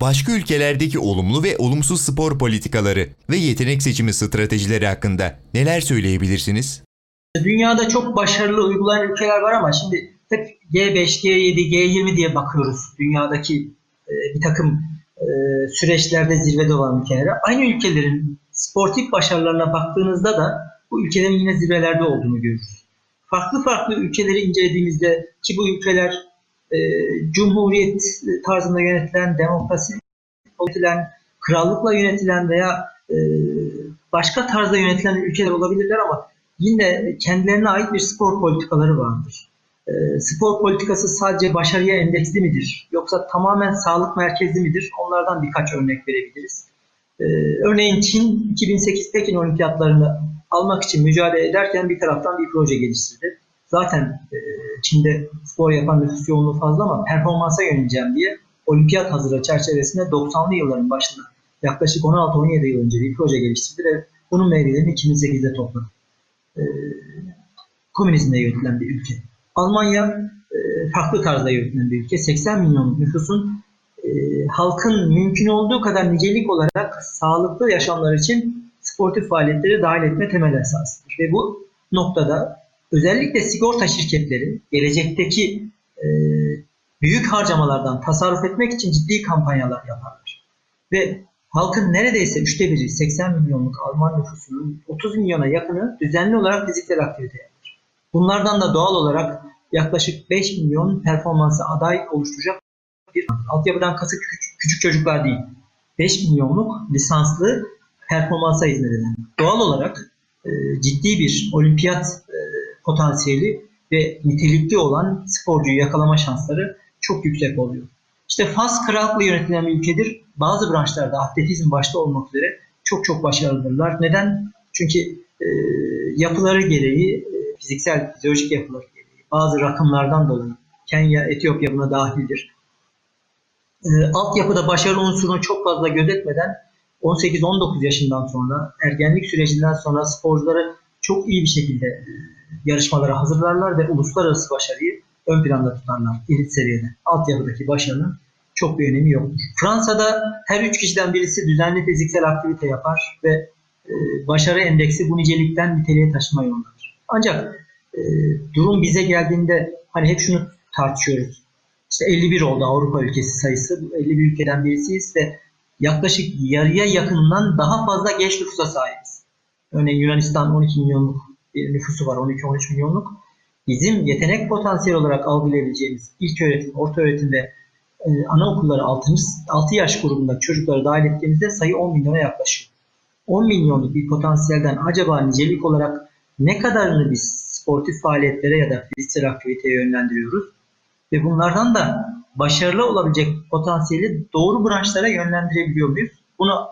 başka ülkelerdeki olumlu ve olumsuz spor politikaları ve yetenek seçimi stratejileri hakkında neler söyleyebilirsiniz? Dünyada çok başarılı uygulayan ülkeler var ama şimdi hep G5, G7, G20 diye bakıyoruz dünyadaki bir takım süreçlerde zirvede olan ülkelere. Aynı ülkelerin sportif başarılarına baktığınızda da bu ülkelerin yine zirvelerde olduğunu görürüz. Farklı farklı ülkeleri incelediğimizde ki bu ülkeler cumhuriyet tarzında yönetilen, demokrasi yönetilen, krallıkla yönetilen veya başka tarzda yönetilen ülkeler olabilirler ama yine kendilerine ait bir spor politikaları vardır. Spor politikası sadece başarıya endeksli midir? Yoksa tamamen sağlık merkezli midir? Onlardan birkaç örnek verebiliriz. Örneğin Çin 2008 Pekin Olimpiyatlarını almak için mücadele ederken bir taraftan bir proje geliştirdi. Zaten Çin'de spor yapan nüfus yoğunluğu fazla ama performansa yöneleceğim diye olimpiyat hazırlığı çerçevesinde 90'lı yılların başında yaklaşık 16-17 yıl önce bir proje geliştirdi ve bunun meyvelerini 2008'de topladı. Komünizmle yönetilen bir ülke. Almanya farklı tarzda yönetilen bir ülke. 80 milyon nüfusun halkın mümkün olduğu kadar nicelik olarak sağlıklı yaşamlar için sportif faaliyetleri dahil etme temel esasıdır. Ve bu noktada özellikle sigorta şirketleri gelecekteki büyük harcamalardan tasarruf etmek için ciddi kampanyalar yaparlar. Ve halkın neredeyse 1/3, 80 milyonluk Alman nüfusunun 30 milyona yakını düzenli olarak fiziksel aktivite yapar. Bunlardan da doğal olarak yaklaşık 5 milyon performansa aday oluşturacak bir altyapıdan kasıt küçük çocuklar değil. 5 milyonluk lisanslı performansa hizmet eden. Doğal olarak ciddi bir olimpiyat potansiyeli ve nitelikli olan sporcuyu yakalama şansları çok yüksek oluyor. İşte Fas krallıkla yönetilen bir ülkedir. Bazı branşlarda atletizm başta olmak üzere çok başarılıdırlar. Neden? Çünkü yapıları gereği, fiziksel, fizyolojik yapıları gereği, bazı rakımlardan dolayı Kenya, Etiyopya buna dahildir. Altyapıda başarı unsurunu çok fazla gözetmeden 18-19 yaşından sonra, ergenlik sürecinden sonra sporcuları çok iyi bir şekilde yarışmalara hazırlarlar ve uluslararası başarıyı ön planda tutarlar elit seviyede. Altyapıdaki başarının çok bir önemi yoktur. Fransa'da her 3 kişiden birisi düzenli fiziksel aktivite yapar ve başarı endeksi bu nicelikten niteliğe taşıma yolundadır. Ancak durum bize geldiğinde hani hep şunu tartışıyoruz. İşte 51 oldu Avrupa ülkesi sayısı. Bu 51 ülkeden birisiyiz ve yaklaşık yarıya yakınından daha fazla genç nüfusa sahibiz. Örneğin Yunanistan 12 milyonluk bir nüfusu var, 12-13 milyonluk. Bizim yetenek potansiyeli olarak algılayabileceğimiz ilköğretim, ortaöğretim ve anaokulları 6 yaş grubunda çocukları dahil ettiğimizde sayı 10 milyona yaklaşıyor. 10 milyonluk bir potansiyelden acaba nicelik olarak ne kadarını biz sportif faaliyetlere ya da fiziksel aktiviteye yönlendiriyoruz? Ve bunlardan da başarılı olabilecek potansiyeli doğru branşlara yönlendirebiliyor muyuz? Bunu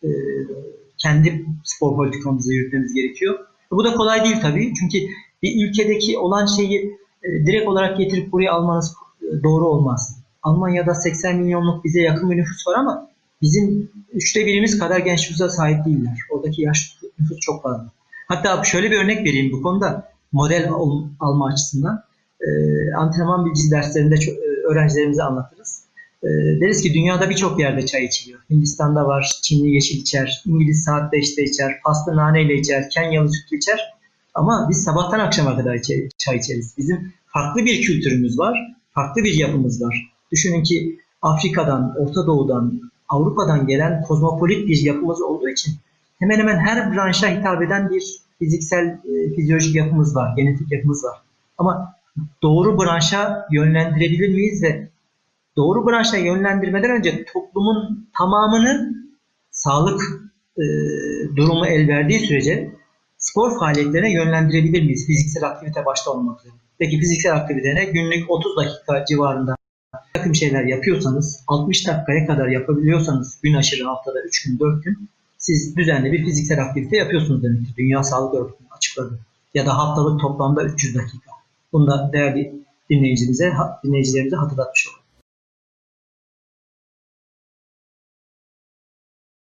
kendi spor politikamızı yürütmemiz gerekiyor. Bu da kolay değil tabii. Çünkü bir ülkedeki olan şeyi direkt olarak getirip buraya almanız doğru olmaz. Almanya'da 80 milyonluk bize yakın bir nüfus var ama bizim 1/3 kadar genç nüfusa sahip değiller. Oradaki yaş nüfus çok fazla. Hatta şöyle bir örnek vereyim bu konuda model alma açısından. Antrenman bilgisi derslerinde öğrencilerimize anlatırız. Deriz ki dünyada birçok yerde çay içiliyor. Hindistan'da var, Çinli yeşil içer, İngiliz saat 5'te içer, Faslı naneyle içer, Kenyalı sütlü içer. Ama biz sabahtan akşama kadar çay içeriz. Bizim farklı bir kültürümüz var, farklı bir yapımız var. Düşünün ki Afrika'dan, Orta Doğu'dan, Avrupa'dan gelen kozmopolit bir yapımız olduğu için hemen hemen her branşa hitap eden bir fiziksel, fizyolojik yapımız var, genetik yapımız var. Ama doğru branşa yönlendirebilir miyiz ve doğru branşa yönlendirmeden önce toplumun tamamını sağlık durumu el verdiği sürece spor faaliyetlerine yönlendirebilir miyiz? Fiziksel aktivite başta olmak üzere. Peki fiziksel aktivitene günlük 30 dakika civarında bir takım şeyler yapıyorsanız, 60 dakikaya kadar yapabiliyorsanız gün aşırı haftada 3 gün 4 gün siz düzenli bir fiziksel aktivite yapıyorsunuz demektir. Dünya Sağlık Örgütü açıkladı. Ya da haftalık toplamda 300 dakika. Bunu da değerli dinleyicilerimize hatırlatmış olalım.